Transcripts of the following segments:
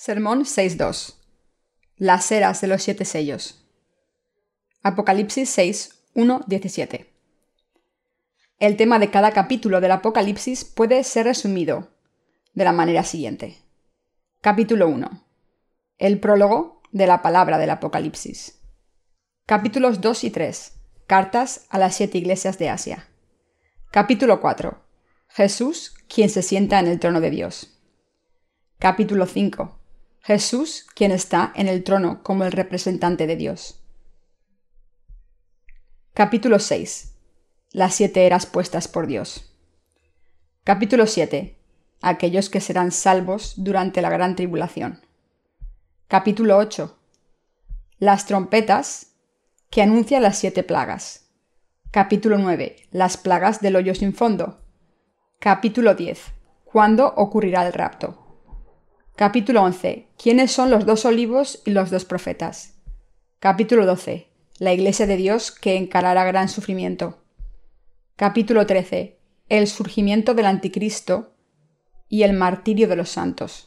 Sermón 6.2. Las eras de los 7 sellos. Apocalipsis 6, 1, 17. El tema de cada capítulo del Apocalipsis puede ser resumido de la manera siguiente. Capítulo 1. El prólogo de la palabra del Apocalipsis. Capítulos 2 y 3. Cartas a las 7 iglesias de Asia. Capítulo 4. Jesús, quien se sienta en el trono de Dios. Capítulo 5. Jesús, quien está en el trono como el representante de Dios. Capítulo 6. Las 7 eras puestas por Dios. Capítulo 7. Aquellos que serán salvos durante la gran tribulación. Capítulo 8. Las trompetas que anuncian las 7 plagas. Capítulo 9. Las plagas del hoyo sin fondo. Capítulo 10. ¿Cuándo ocurrirá el rapto? Capítulo 11. ¿Quiénes son los 2 olivos y los 2 profetas? Capítulo 12. La iglesia de Dios que encarará gran sufrimiento. Capítulo 13. El surgimiento del anticristo y el martirio de los santos.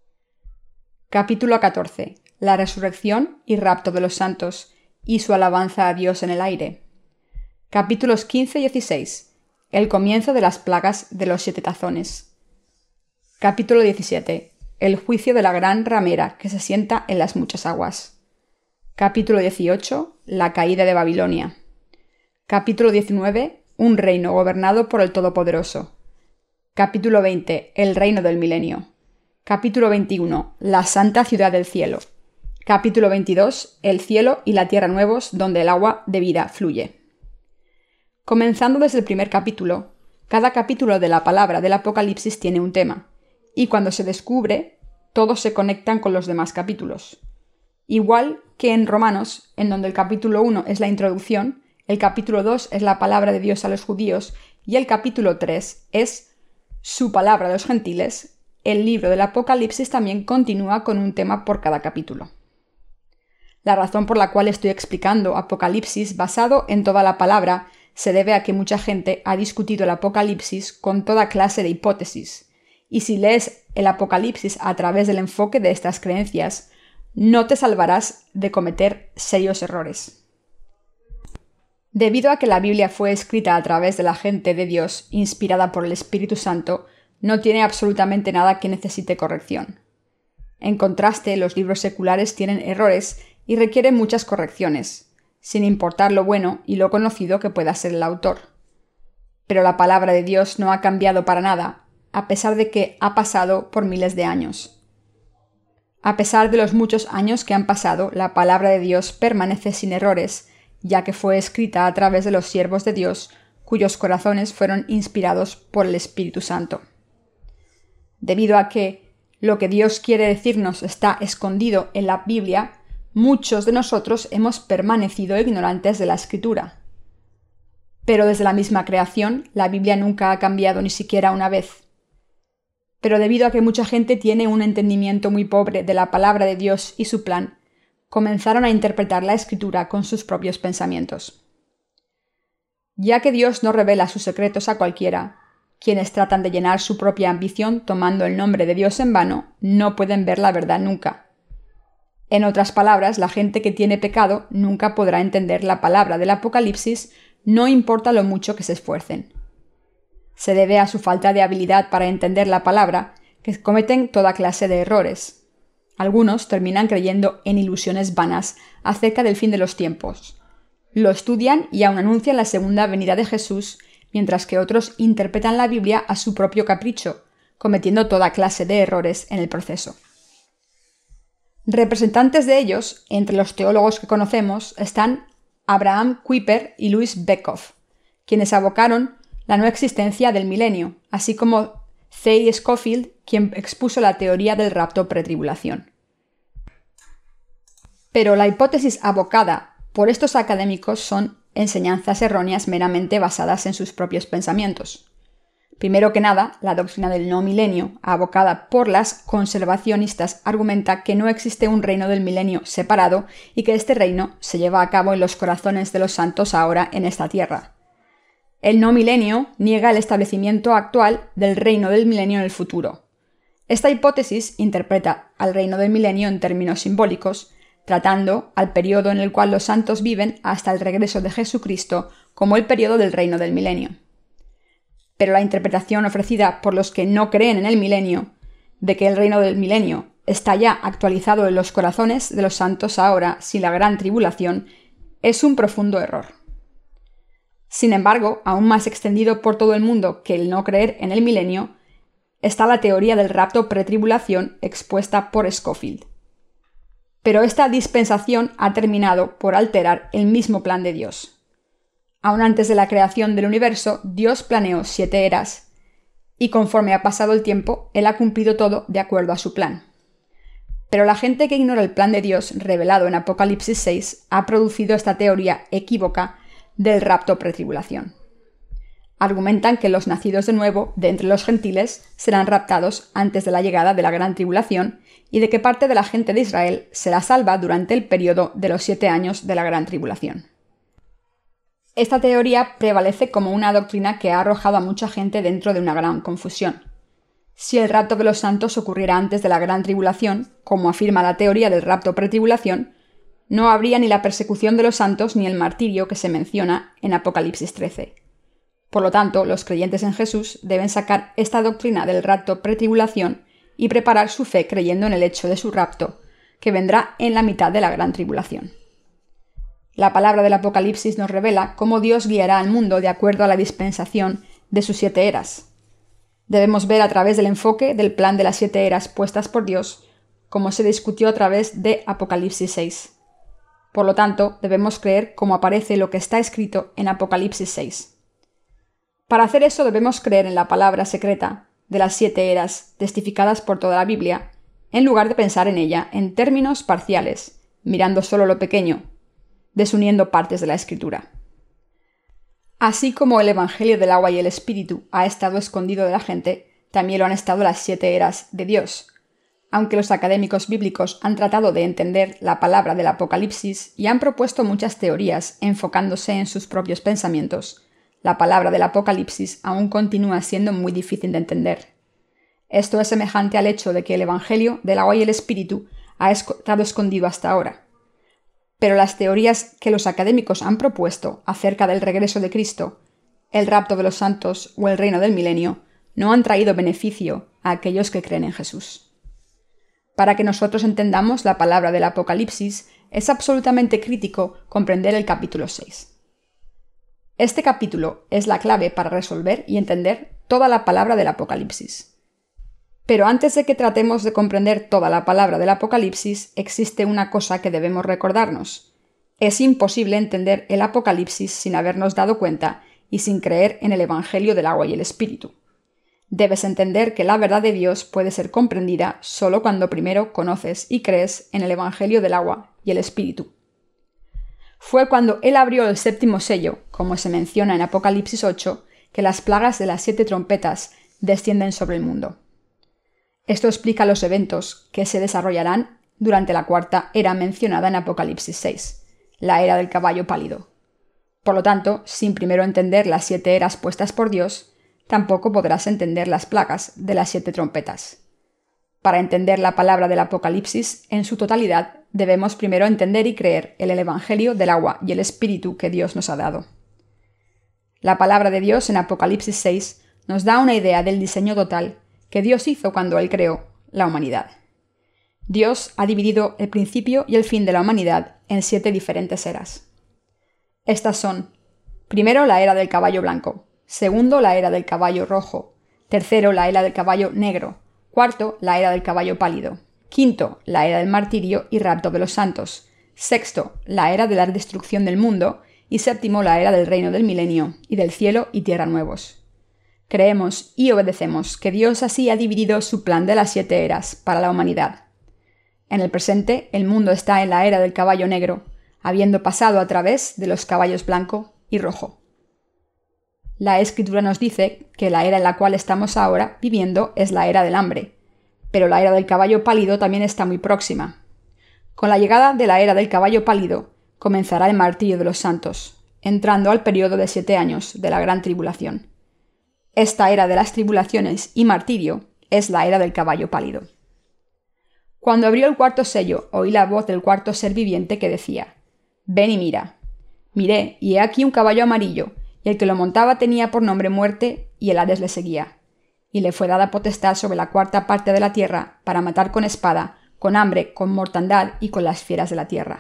Capítulo 14. La resurrección y rapto de los santos y su alabanza a Dios en el aire. Capítulos 15 y 16. El comienzo de las plagas de los 7 tazones. Capítulo 17. El juicio de la gran ramera que se sienta en las muchas aguas. Capítulo 18. La caída de Babilonia. Capítulo 19. Un reino gobernado por el Todopoderoso. Capítulo 20. El reino del milenio. Capítulo 21. La santa ciudad del cielo. Capítulo 22. El cielo y la tierra nuevos donde el agua de vida fluye. Comenzando desde el primer capítulo, cada capítulo de la palabra del Apocalipsis tiene un tema, y cuando se descubre, todos se conectan con los demás capítulos. Igual que en Romanos, en donde el capítulo 1 es la introducción, el capítulo 2 es la palabra de Dios a los judíos y el capítulo 3 es su palabra a los gentiles, el libro del Apocalipsis también continúa con un tema por cada capítulo. La razón por la cual estoy explicando Apocalipsis basado en toda la palabra se debe a que mucha gente ha discutido el Apocalipsis con toda clase de hipótesis. Y si lees el Apocalipsis a través del enfoque de estas creencias, no te salvarás de cometer serios errores. Debido a que la Biblia fue escrita a través de la gente de Dios, inspirada por el Espíritu Santo, no tiene absolutamente nada que necesite corrección. En contraste, los libros seculares tienen errores y requieren muchas correcciones, sin importar lo bueno y lo conocido que pueda ser el autor. Pero la palabra de Dios no ha cambiado para nada, a pesar de que ha pasado por miles de años. A pesar de los muchos años que han pasado, la palabra de Dios permanece sin errores, ya que fue escrita a través de los siervos de Dios, cuyos corazones fueron inspirados por el Espíritu Santo. Debido a que lo que Dios quiere decirnos está escondido en la Biblia, muchos de nosotros hemos permanecido ignorantes de la Escritura. Pero desde la misma creación, la Biblia nunca ha cambiado ni siquiera una vez. Pero debido a que mucha gente tiene un entendimiento muy pobre de la palabra de Dios y su plan, comenzaron a interpretar la Escritura con sus propios pensamientos. Ya que Dios no revela sus secretos a cualquiera, quienes tratan de llenar su propia ambición tomando el nombre de Dios en vano, no pueden ver la verdad nunca. En otras palabras, la gente que tiene pecado nunca podrá entender la palabra del Apocalipsis, no importa lo mucho que se esfuercen. Se debe a su falta de habilidad para entender la palabra, que cometen toda clase de errores. Algunos terminan creyendo en ilusiones vanas acerca del fin de los tiempos. Lo estudian y aún anuncian la segunda venida de Jesús, mientras que otros interpretan la Biblia a su propio capricho, cometiendo toda clase de errores en el proceso. Representantes de ellos, entre los teólogos que conocemos, están Abraham Kuyper y Louis Beckhoff, quienes abocaron la no existencia del milenio, así como C. Scofield, quien expuso la teoría del rapto pretribulación. Pero la hipótesis abocada por estos académicos son enseñanzas erróneas meramente basadas en sus propios pensamientos. Primero que nada, la doctrina del no milenio, abocada por las conservacionistas, argumenta que no existe un reino del milenio separado y que este reino se lleva a cabo en los corazones de los santos ahora en esta tierra. El no milenio niega el establecimiento actual del reino del milenio en el futuro. Esta hipótesis interpreta al reino del milenio en términos simbólicos, tratando al periodo en el cual los santos viven hasta el regreso de Jesucristo como el periodo del reino del milenio. Pero la interpretación ofrecida por los que no creen en el milenio, de que el reino del milenio está ya actualizado en los corazones de los santos ahora sin la gran tribulación, es un profundo error. Sin embargo, aún más extendido por todo el mundo que el no creer en el milenio, está la teoría del rapto pretribulación expuesta por Scofield. Pero esta dispensación ha terminado por alterar el mismo plan de Dios. Aún antes de la creación del universo, Dios planeó 7 eras, y conforme ha pasado el tiempo, Él ha cumplido todo de acuerdo a su plan. Pero la gente que ignora el plan de Dios revelado en Apocalipsis 6 ha producido esta teoría equívoca del rapto pretribulación. Argumentan que los nacidos de nuevo de entre los gentiles serán raptados antes de la llegada de la gran tribulación y de que parte de la gente de Israel será salva durante el periodo de los 7 años de la gran tribulación. Esta teoría prevalece como una doctrina que ha arrojado a mucha gente dentro de una gran confusión. Si el rapto de los santos ocurriera antes de la gran tribulación, como afirma la teoría del rapto pretribulación, no habría ni la persecución de los santos ni el martirio que se menciona en Apocalipsis 13. Por lo tanto, los creyentes en Jesús deben sacar esta doctrina del rapto pretribulación y preparar su fe creyendo en el hecho de su rapto, que vendrá en la mitad de la gran tribulación. La palabra del Apocalipsis nos revela cómo Dios guiará al mundo de acuerdo a la dispensación de sus 7 eras. Debemos ver a través del enfoque del plan de las 7 eras puestas por Dios, como se discutió a través de Apocalipsis 6. Por lo tanto, debemos creer como aparece lo que está escrito en Apocalipsis 6. Para hacer eso debemos creer en la palabra secreta de las 7 eras testificadas por toda la Biblia, en lugar de pensar en ella en términos parciales, mirando solo lo pequeño, desuniendo partes de la Escritura. Así como el Evangelio del agua y el Espíritu ha estado escondido de la gente, también lo han estado las 7 eras de Dios. Aunque los académicos bíblicos han tratado de entender la palabra del Apocalipsis y han propuesto muchas teorías enfocándose en sus propios pensamientos, la palabra del Apocalipsis aún continúa siendo muy difícil de entender. Esto es semejante al hecho de que el Evangelio del agua y el Espíritu ha estado escondido hasta ahora. Pero las teorías que los académicos han propuesto acerca del regreso de Cristo, el rapto de los santos o el reino del milenio no han traído beneficio a aquellos que creen en Jesús. Para que nosotros entendamos la palabra del Apocalipsis, es absolutamente crítico comprender el capítulo 6. Este capítulo es la clave para resolver y entender toda la palabra del Apocalipsis. Pero antes de que tratemos de comprender toda la palabra del Apocalipsis, existe una cosa que debemos recordarnos. Es imposible entender el Apocalipsis sin habernos dado cuenta y sin creer en el Evangelio del agua y el Espíritu. Debes entender que la verdad de Dios puede ser comprendida solo cuando primero conoces y crees en el Evangelio del agua y el Espíritu. Fue cuando Él abrió el 7º sello, como se menciona en Apocalipsis 8, que las plagas de las 7 trompetas descienden sobre el mundo. Esto explica los eventos que se desarrollarán durante la 4ª era mencionada en Apocalipsis 6, la era del caballo pálido. Por lo tanto, sin primero entender las 7 eras puestas por Dios, tampoco podrás entender las plagas de las 7 trompetas. Para entender la palabra del Apocalipsis en su totalidad, debemos primero entender y creer en el Evangelio del agua y el Espíritu que Dios nos ha dado. La palabra de Dios en Apocalipsis 6 nos da una idea del diseño total que Dios hizo cuando Él creó la humanidad. Dios ha dividido el principio y el fin de la humanidad en 7 diferentes eras. Estas son: primero, la era del caballo blanco; segundo, la era del caballo rojo; tercero, la era del caballo negro; cuarto, la era del caballo pálido; quinto, la era del martirio y rapto de los santos; sexto, la era de la destrucción del mundo; y séptimo, la era del reino del milenio y del cielo y tierra nuevos. Creemos y obedecemos que Dios así ha dividido su plan de las 7 eras para la humanidad. En el presente, el mundo está en la era del caballo negro, habiendo pasado a través de los caballos blanco y rojo. La Escritura nos dice que la era en la cual estamos ahora viviendo es la era del hambre, pero la era del caballo pálido también está muy próxima. Con la llegada de la era del caballo pálido, comenzará el martirio de los santos, entrando al periodo de 7 años de la gran tribulación. Esta era de las tribulaciones y martirio es la era del caballo pálido. Cuando abrió el cuarto sello, oí la voz del cuarto ser viviente que decía: «Ven y mira». Miré, y he aquí un caballo amarillo, y el que lo montaba tenía por nombre Muerte, y el Hades le seguía. Y le fue dada potestad sobre la cuarta parte de la tierra, para matar con espada, con hambre, con mortandad y con las fieras de la tierra.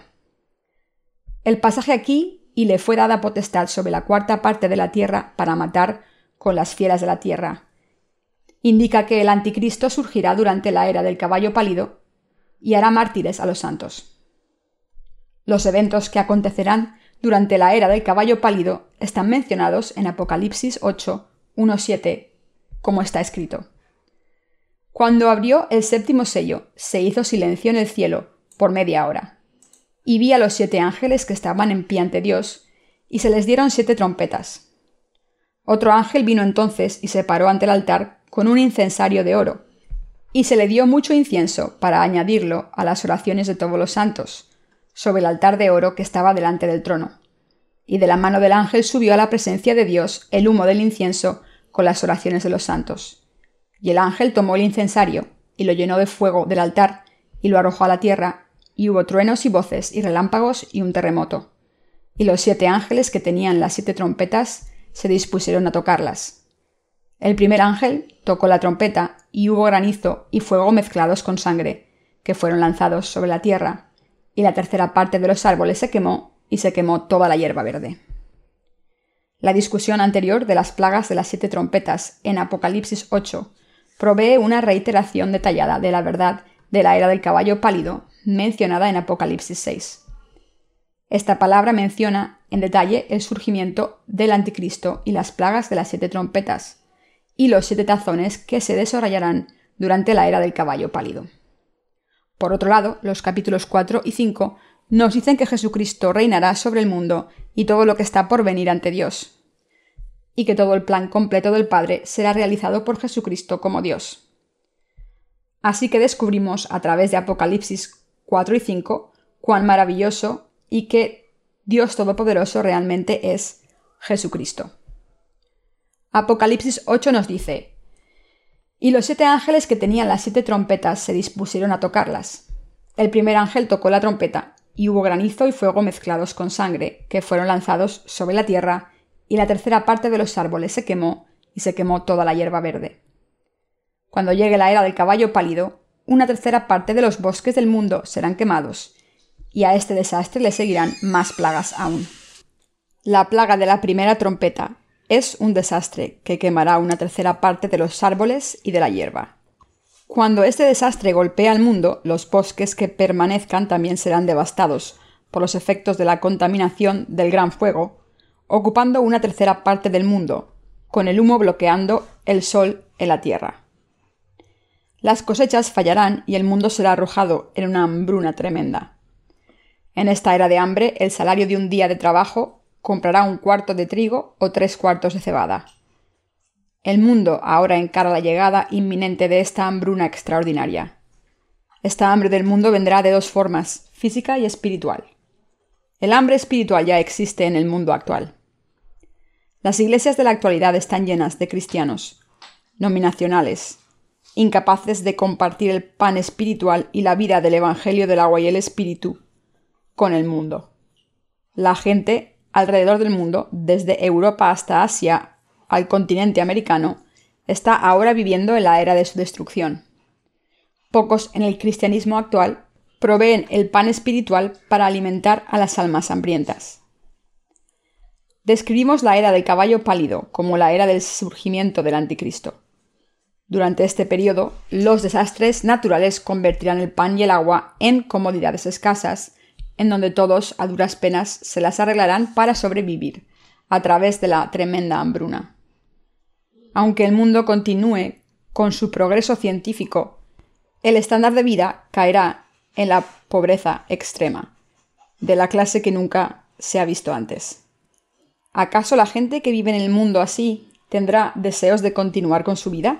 El pasaje aquí, y le fue dada potestad sobre la cuarta parte de la tierra, para matar con las fieras de la tierra, indica que el anticristo surgirá durante la era del caballo pálido y hará mártires a los santos. Los eventos que acontecerán durante la era del caballo pálido están mencionados en Apocalipsis 8, 1-7, como está escrito. Cuando abrió el séptimo sello, se hizo silencio en el cielo por media hora. Y vi a los 7 ángeles que estaban en pie ante Dios, y se les dieron 7 trompetas. Otro ángel vino entonces y se paró ante el altar con un incensario de oro, y se le dio mucho incienso para añadirlo a las oraciones de todos los santos, sobre el altar de oro que estaba delante del trono. Y de la mano del ángel subió a la presencia de Dios el humo del incienso con las oraciones de los santos. Y el ángel tomó el incensario, y lo llenó de fuego del altar, y lo arrojó a la tierra, y hubo truenos y voces, y relámpagos, y un terremoto. Y los 7 ángeles que tenían las 7 trompetas se dispusieron a tocarlas. El primer ángel tocó la trompeta, y hubo granizo y fuego mezclados con sangre, que fueron lanzados sobre la tierra, y la tercera parte de los árboles se quemó, y se quemó toda la hierba verde. La discusión anterior de las plagas de las 7 trompetas en Apocalipsis 8 provee una reiteración detallada de la verdad de la era del caballo pálido mencionada en Apocalipsis 6. Esta palabra menciona en detalle el surgimiento del anticristo y las plagas de las 7 trompetas, y los 7 tazones que se desarrollarán durante la era del caballo pálido. Por otro lado, los capítulos 4 y 5 nos dicen que Jesucristo reinará sobre el mundo y todo lo que está por venir ante Dios, y que todo el plan completo del Padre será realizado por Jesucristo como Dios. Así que descubrimos a través de Apocalipsis 4 y 5 cuán maravilloso y que Dios Todopoderoso realmente es Jesucristo. Apocalipsis 8 nos dice: «Y los 7 ángeles que tenían las 7 trompetas se dispusieron a tocarlas. El primer ángel tocó la trompeta, y hubo granizo y fuego mezclados con sangre, que fueron lanzados sobre la tierra, y la tercera parte de los árboles se quemó, y se quemó toda la hierba verde. Cuando llegue la era del caballo pálido, una tercera parte de los bosques del mundo serán quemados, y a este desastre le seguirán más plagas aún. La plaga de la primera trompeta es un desastre que quemará una tercera parte de los árboles y de la hierba. Cuando este desastre golpea al mundo, los bosques que permanezcan también serán devastados por los efectos de la contaminación del gran fuego, ocupando una tercera parte del mundo, con el humo bloqueando el sol en la tierra. Las cosechas fallarán y el mundo será arrojado en una hambruna tremenda. En esta era de hambre, el salario de un día de trabajo comprará 1/4 de trigo o 3/4 de cebada. El mundo ahora encara la llegada inminente de esta hambruna extraordinaria. Esta hambre del mundo vendrá de 2 formas, física y espiritual. El hambre espiritual ya existe en el mundo actual. Las iglesias de la actualidad están llenas de cristianos nominacionales, incapaces de compartir el pan espiritual y la vida del Evangelio del agua y el Espíritu con el mundo. La gente alrededor del mundo, desde Europa hasta Asia al continente americano, está ahora viviendo en la era de su destrucción. Pocos en el cristianismo actual proveen el pan espiritual para alimentar a las almas hambrientas. Describimos la era del caballo pálido como la era del surgimiento del anticristo. Durante este periodo, los desastres naturales convertirán el pan y el agua en comodidades escasas, en donde todos, a duras penas, se las arreglarán para sobrevivir, a través de la tremenda hambruna. Aunque el mundo continúe con su progreso científico, el estándar de vida caerá en la pobreza extrema, de la clase que nunca se ha visto antes. ¿Acaso la gente que vive en el mundo así tendrá deseos de continuar con su vida?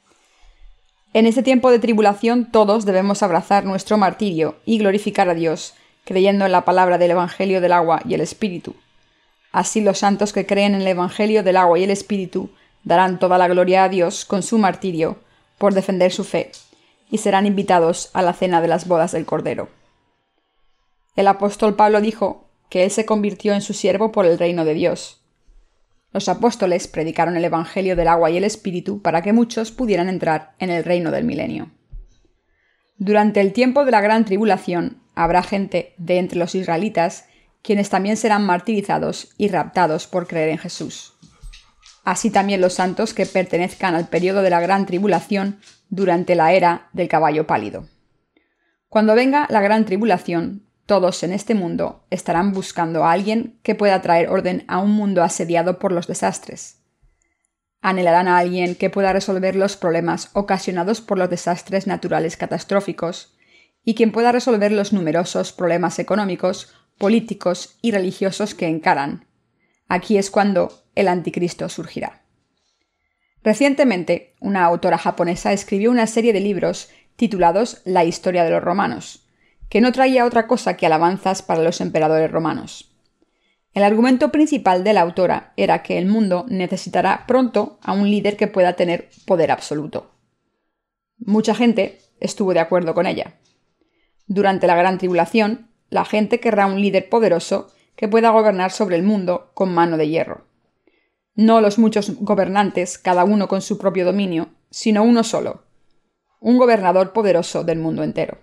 En este tiempo de tribulación todos debemos abrazar nuestro martirio y glorificar a Dios, creyendo en la palabra del Evangelio del agua y el Espíritu. Así los santos que creen en el Evangelio del agua y el Espíritu darán toda la gloria a Dios con su martirio, por defender su fe, y serán invitados a la cena de las bodas del Cordero. El apóstol Pablo dijo que él se convirtió en su siervo por el reino de Dios. Los apóstoles predicaron el Evangelio del agua y el Espíritu para que muchos pudieran entrar en el reino del milenio. Durante el tiempo de la gran tribulación habrá gente de entre los israelitas quienes también serán martirizados y raptados por creer en Jesús. Así también los santos que pertenezcan al periodo de la gran tribulación durante la era del caballo pálido. Cuando venga la gran tribulación, todos en este mundo estarán buscando a alguien que pueda traer orden a un mundo asediado por los desastres. Anhelarán a alguien que pueda resolver los problemas ocasionados por los desastres naturales catastróficos y quien pueda resolver los numerosos problemas económicos, políticos y religiosos que encaran. Aquí es cuando el anticristo surgirá. Recientemente, una autora japonesa escribió una serie de libros titulados La historia de los romanos, que no traía otra cosa que alabanzas para los emperadores romanos. El argumento principal de la autora era que el mundo necesitará pronto a un líder que pueda tener poder absoluto. Mucha gente estuvo de acuerdo con ella. Durante la gran tribulación, la gente querrá un líder poderoso que pueda gobernar sobre el mundo con mano de hierro. No los muchos gobernantes, cada uno con su propio dominio, sino uno solo, un gobernador poderoso del mundo entero.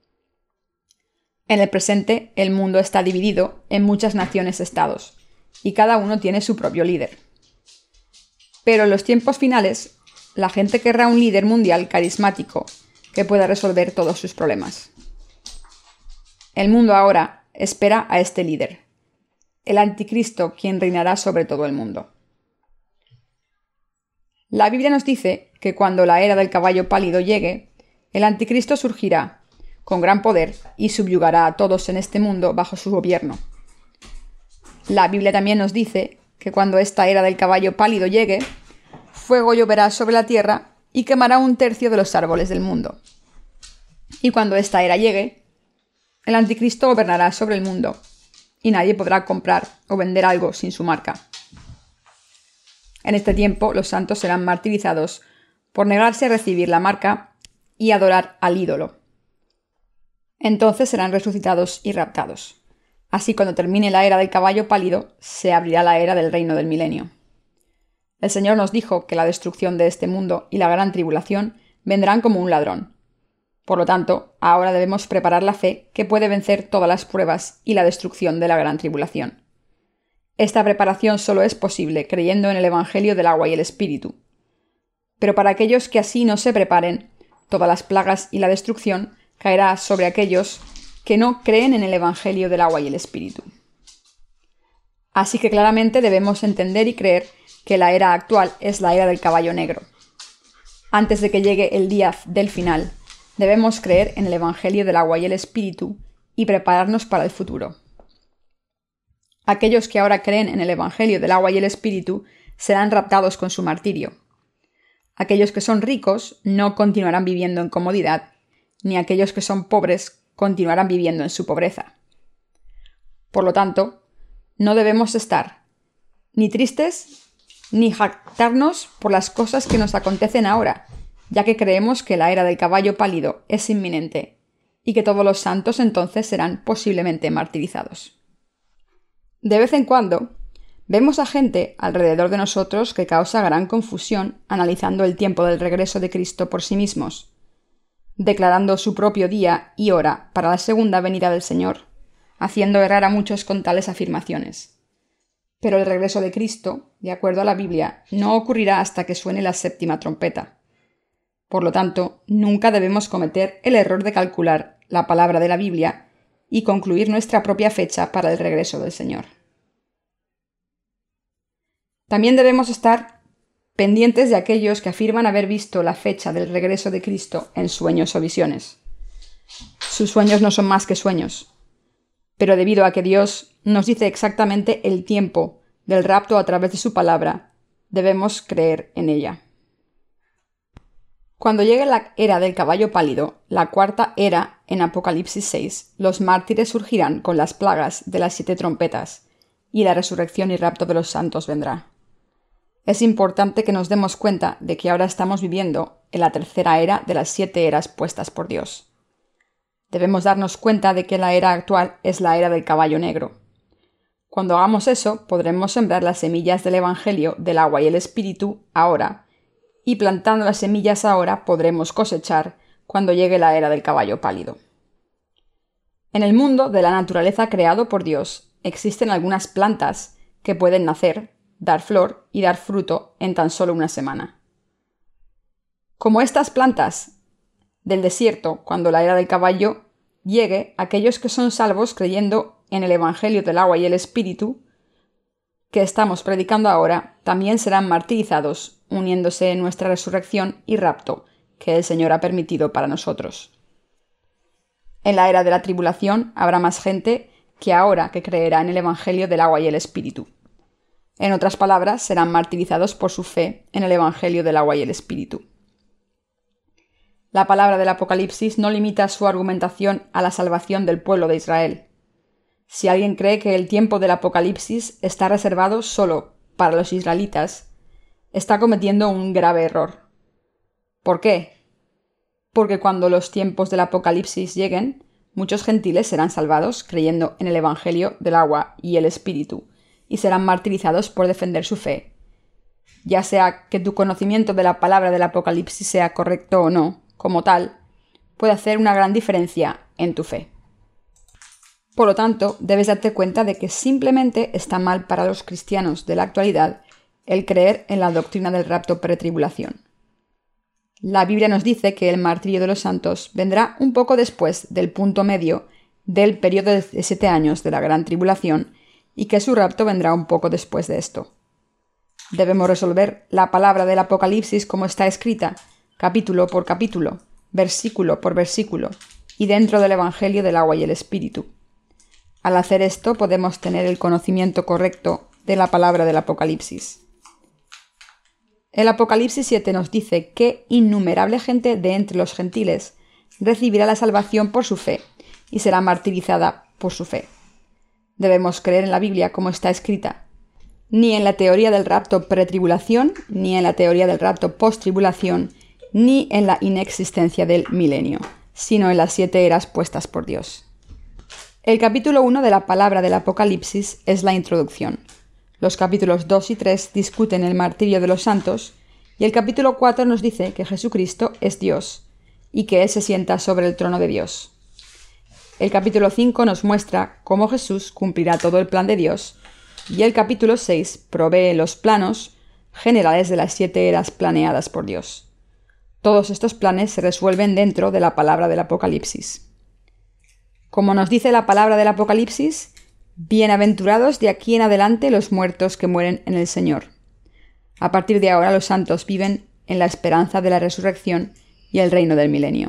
En el presente, el mundo está dividido en muchas naciones-estados, y cada uno tiene su propio líder. Pero en los tiempos finales, la gente querrá un líder mundial carismático que pueda resolver todos sus problemas. El mundo ahora espera a este líder, el anticristo, quien reinará sobre todo el mundo. La Biblia nos dice que cuando la era del caballo pálido llegue, el anticristo surgirá con gran poder y subyugará a todos en este mundo bajo su gobierno. La Biblia también nos dice que cuando esta era del caballo pálido llegue, fuego lloverá sobre la tierra y quemará 1/3 de los árboles del mundo. Y cuando esta era llegue, el anticristo gobernará sobre el mundo y nadie podrá comprar o vender algo sin su marca. En este tiempo, los santos serán martirizados por negarse a recibir la marca y adorar al ídolo. Entonces serán resucitados y raptados. Así, cuando termine la era del caballo pálido, se abrirá la era del reino del milenio. El Señor nos dijo que la destrucción de este mundo y la gran tribulación vendrán como un ladrón. Por lo tanto, ahora debemos preparar la fe que puede vencer todas las pruebas y la destrucción de la gran tribulación. Esta preparación solo es posible creyendo en el Evangelio del agua y el Espíritu. Pero para aquellos que así no se preparen, todas las plagas y la destrucción caerá sobre aquellos que no creen en el Evangelio del agua y el Espíritu. Así que claramente debemos entender y creer que la era actual es la era del caballo negro. Antes de que llegue el día del final, debemos creer en el Evangelio del agua y el Espíritu y prepararnos para el futuro. Aquellos que ahora creen en el Evangelio del agua y el Espíritu serán raptados con su martirio. Aquellos que son ricos no continuarán viviendo en comodidad, ni aquellos que son pobres continuarán viviendo en su pobreza. Por lo tanto, no debemos estar ni tristes ni jactarnos por las cosas que nos acontecen ahora, ya que creemos que la era del caballo pálido es inminente y que todos los santos entonces serán posiblemente martirizados. De vez en cuando, vemos a gente alrededor de nosotros que causa gran confusión analizando el tiempo del regreso de Cristo por sí mismos, declarando su propio día y hora para la segunda venida del Señor, haciendo errar a muchos con tales afirmaciones. Pero el regreso de Cristo, de acuerdo a la Biblia, no ocurrirá hasta que suene la 7ª trompeta. Por lo tanto, nunca debemos cometer el error de calcular la palabra de la Biblia y concluir nuestra propia fecha para el regreso del Señor. También debemos estar pendientes de aquellos que afirman haber visto la fecha del regreso de Cristo en sueños o visiones. Sus sueños no son más que sueños, pero debido a que Dios nos dice exactamente el tiempo del rapto a través de su palabra, debemos creer en ella. Cuando llegue la era del caballo pálido, la 4ª era en Apocalipsis 6, los mártires surgirán con las plagas de las 7 trompetas, y la resurrección y rapto de los santos vendrá. Es importante que nos demos cuenta de que ahora estamos viviendo en la tercera era de las 7 eras puestas por Dios. Debemos darnos cuenta de que la era actual es la era del caballo negro. Cuando hagamos eso, podremos sembrar las semillas del Evangelio del agua y el Espíritu ahora, y plantando las semillas ahora podremos cosechar cuando llegue la era del caballo pálido. En el mundo de la naturaleza creado por Dios existen algunas plantas que pueden nacer, dar flor y dar fruto en tan solo una semana. Como estas plantas del desierto, cuando la era del caballo llegue, aquellos que son salvos creyendo en el Evangelio del agua y el Espíritu que estamos predicando ahora, también serán martirizados, uniéndose en nuestra resurrección y rapto que el Señor ha permitido para nosotros. En la era de la tribulación habrá más gente que ahora que creerá en el Evangelio del agua y el Espíritu. En otras palabras, serán martirizados por su fe en el Evangelio del agua y el Espíritu. La palabra del Apocalipsis no limita su argumentación a la salvación del pueblo de Israel. Si alguien cree que el tiempo del Apocalipsis está reservado solo para los israelitas, está cometiendo un grave error. ¿Por qué? Porque cuando los tiempos del Apocalipsis lleguen, muchos gentiles serán salvados creyendo en el Evangelio del agua y el Espíritu, y serán martirizados por defender su fe. Ya sea que tu conocimiento de la palabra del Apocalipsis sea correcto o no, como tal, puede hacer una gran diferencia en tu fe. Por lo tanto, debes darte cuenta de que simplemente está mal para los cristianos de la actualidad el creer en la doctrina del rapto pretribulación. La Biblia nos dice que el martirio de los santos vendrá un poco después del punto medio del periodo de 7 años de la gran tribulación y que su rapto vendrá un poco después de esto. Debemos resolver la palabra del Apocalipsis como está escrita, capítulo por capítulo, versículo por versículo, y dentro del Evangelio del agua y el Espíritu. Al hacer esto podemos tener el conocimiento correcto de la palabra del Apocalipsis. El Apocalipsis 7 nos dice que innumerable gente de entre los gentiles recibirá la salvación por su fe y será martirizada por su fe. Debemos creer en la Biblia como está escrita, ni en la teoría del rapto pretribulación, ni en la teoría del rapto posttribulación, ni en la inexistencia del milenio, sino en las 7 eras puestas por Dios. El capítulo 1 de la palabra del Apocalipsis es la introducción. Los capítulos 2 y 3 discuten el martirio de los santos, y el capítulo 4 nos dice que Jesucristo es Dios, y que Él se sienta sobre el trono de Dios. El capítulo 5 nos muestra cómo Jesús cumplirá todo el plan de Dios, y el capítulo 6 provee los planos generales de las 7 eras planeadas por Dios. Todos estos planes se resuelven dentro de la palabra del Apocalipsis. Como nos dice la palabra del Apocalipsis, bienaventurados de aquí en adelante los muertos que mueren en el Señor. A partir de ahora los santos viven en la esperanza de la resurrección y el reino del milenio.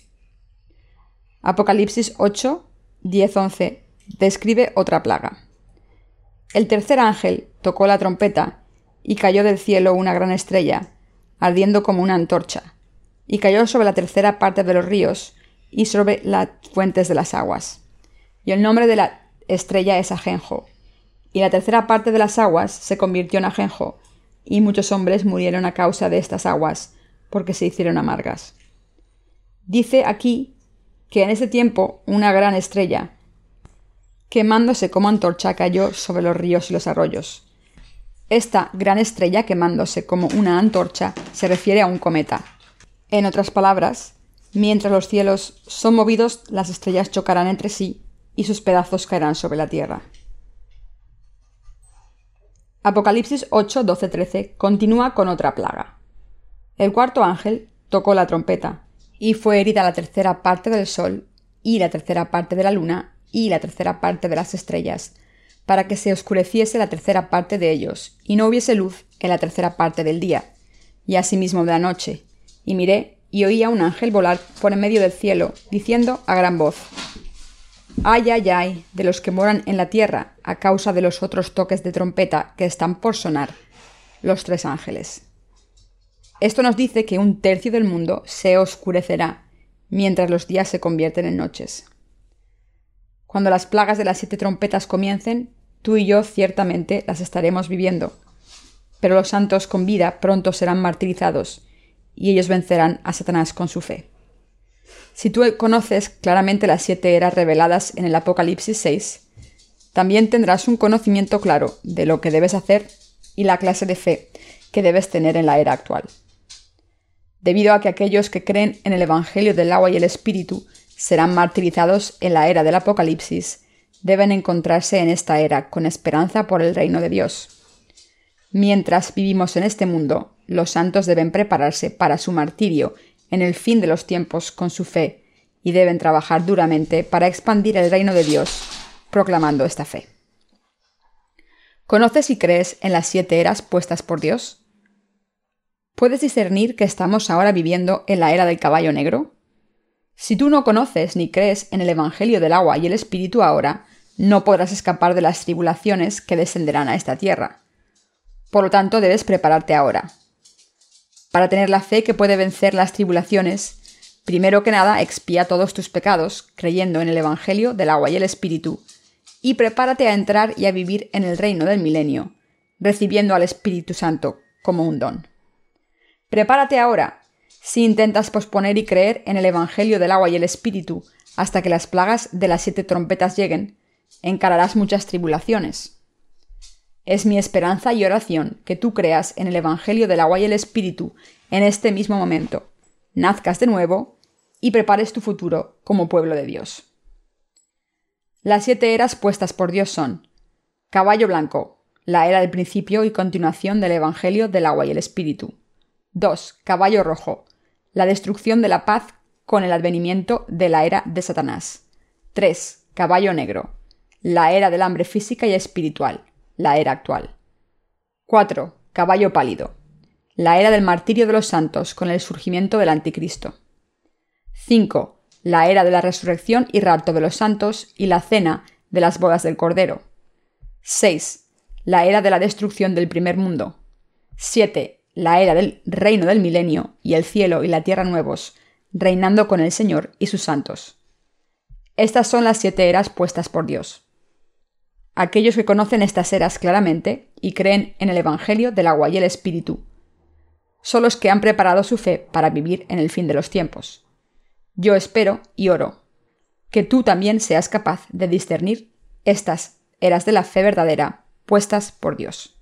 Apocalipsis 8, 10-11 describe otra plaga. El tercer ángel tocó la trompeta y cayó del cielo una gran estrella, ardiendo como una antorcha, y cayó sobre la tercera parte de los ríos y sobre las fuentes de las aguas. Y el nombre de la estrella es Ajenjo, y la tercera parte de las aguas se convirtió en ajenjo, y muchos hombres murieron a causa de estas aguas, porque se hicieron amargas. Dice aquí que en ese tiempo una gran estrella, quemándose como antorcha, cayó sobre los ríos y los arroyos. Esta gran estrella quemándose como una antorcha se refiere a un cometa. En otras palabras, mientras los cielos son movidos, las estrellas chocarán entre sí y sus pedazos caerán sobre la tierra. Apocalipsis 8, 12, 13 continúa con otra plaga. El cuarto ángel tocó la trompeta, y fue herida la tercera parte del sol, y la tercera parte de la luna, y la tercera parte de las estrellas, para que se oscureciese la tercera parte de ellos, y no hubiese luz en la tercera parte del día, y asimismo de la noche. Y miré, y oí a un ángel volar por en medio del cielo, diciendo a gran voz: ¡Ay, ay, ay, de los que moran en la tierra, a causa de los otros toques de trompeta que están por sonar, los 3 ángeles! Esto nos dice que 1/3 del mundo se oscurecerá, mientras los días se convierten en noches. Cuando las plagas de las 7 trompetas comiencen, tú y yo ciertamente las estaremos viviendo. pero los santos con vida pronto serán martirizados, y ellos vencerán a Satanás con su fe. Si tú conoces claramente las 7 eras reveladas en el Apocalipsis 6, también tendrás un conocimiento claro de lo que debes hacer y la clase de fe que debes tener en la era actual. Debido a que aquellos que creen en el Evangelio del agua y el Espíritu serán martirizados en la era del Apocalipsis, deben encontrarse en esta era con esperanza por el reino de Dios. Mientras vivimos en este mundo, los santos deben prepararse para su martirio en el fin de los tiempos con su fe y deben trabajar duramente para expandir el reino de Dios, proclamando esta fe. ¿Conoces y crees en las 7 eras puestas por Dios? ¿Puedes discernir que estamos ahora viviendo en la era del caballo negro? Si tú no conoces ni crees en el Evangelio del agua y el Espíritu ahora, no podrás escapar de las tribulaciones que descenderán a esta tierra. Por lo tanto, debes prepararte ahora. Para tener la fe que puede vencer las tribulaciones, primero que nada expía todos tus pecados, creyendo en el Evangelio del agua y el Espíritu, y prepárate a entrar y a vivir en el reino del milenio, recibiendo al Espíritu Santo como un don. Prepárate ahora. Si intentas posponer y creer en el Evangelio del agua y el Espíritu hasta que las plagas de las 7 trompetas lleguen, encararás muchas tribulaciones. Es mi esperanza y oración que tú creas en el Evangelio del agua y el Espíritu en este mismo momento, nazcas de nuevo y prepares tu futuro como pueblo de Dios. Las 7 eras puestas por Dios son: caballo blanco, la era del principio y continuación del Evangelio del agua y el Espíritu. 2. Caballo rojo, la destrucción de la paz con el advenimiento de la era de Satanás. 3. Caballo negro, la era del hambre física y espiritual, la era actual. 4. Caballo pálido, la era del martirio de los santos con el surgimiento del anticristo. 5. La era de la resurrección y rapto de los santos y la cena de las bodas del Cordero. 6. La era de la destrucción del primer mundo. 7. La era del reino del milenio y el cielo y la tierra nuevos, reinando con el Señor y sus santos. Estas son las 7 eras puestas por Dios. Aquellos que conocen estas eras claramente y creen en el Evangelio del agua y el Espíritu son los que han preparado su fe para vivir en el fin de los tiempos. Yo espero y oro que tú también seas capaz de discernir estas eras de la fe verdadera puestas por Dios.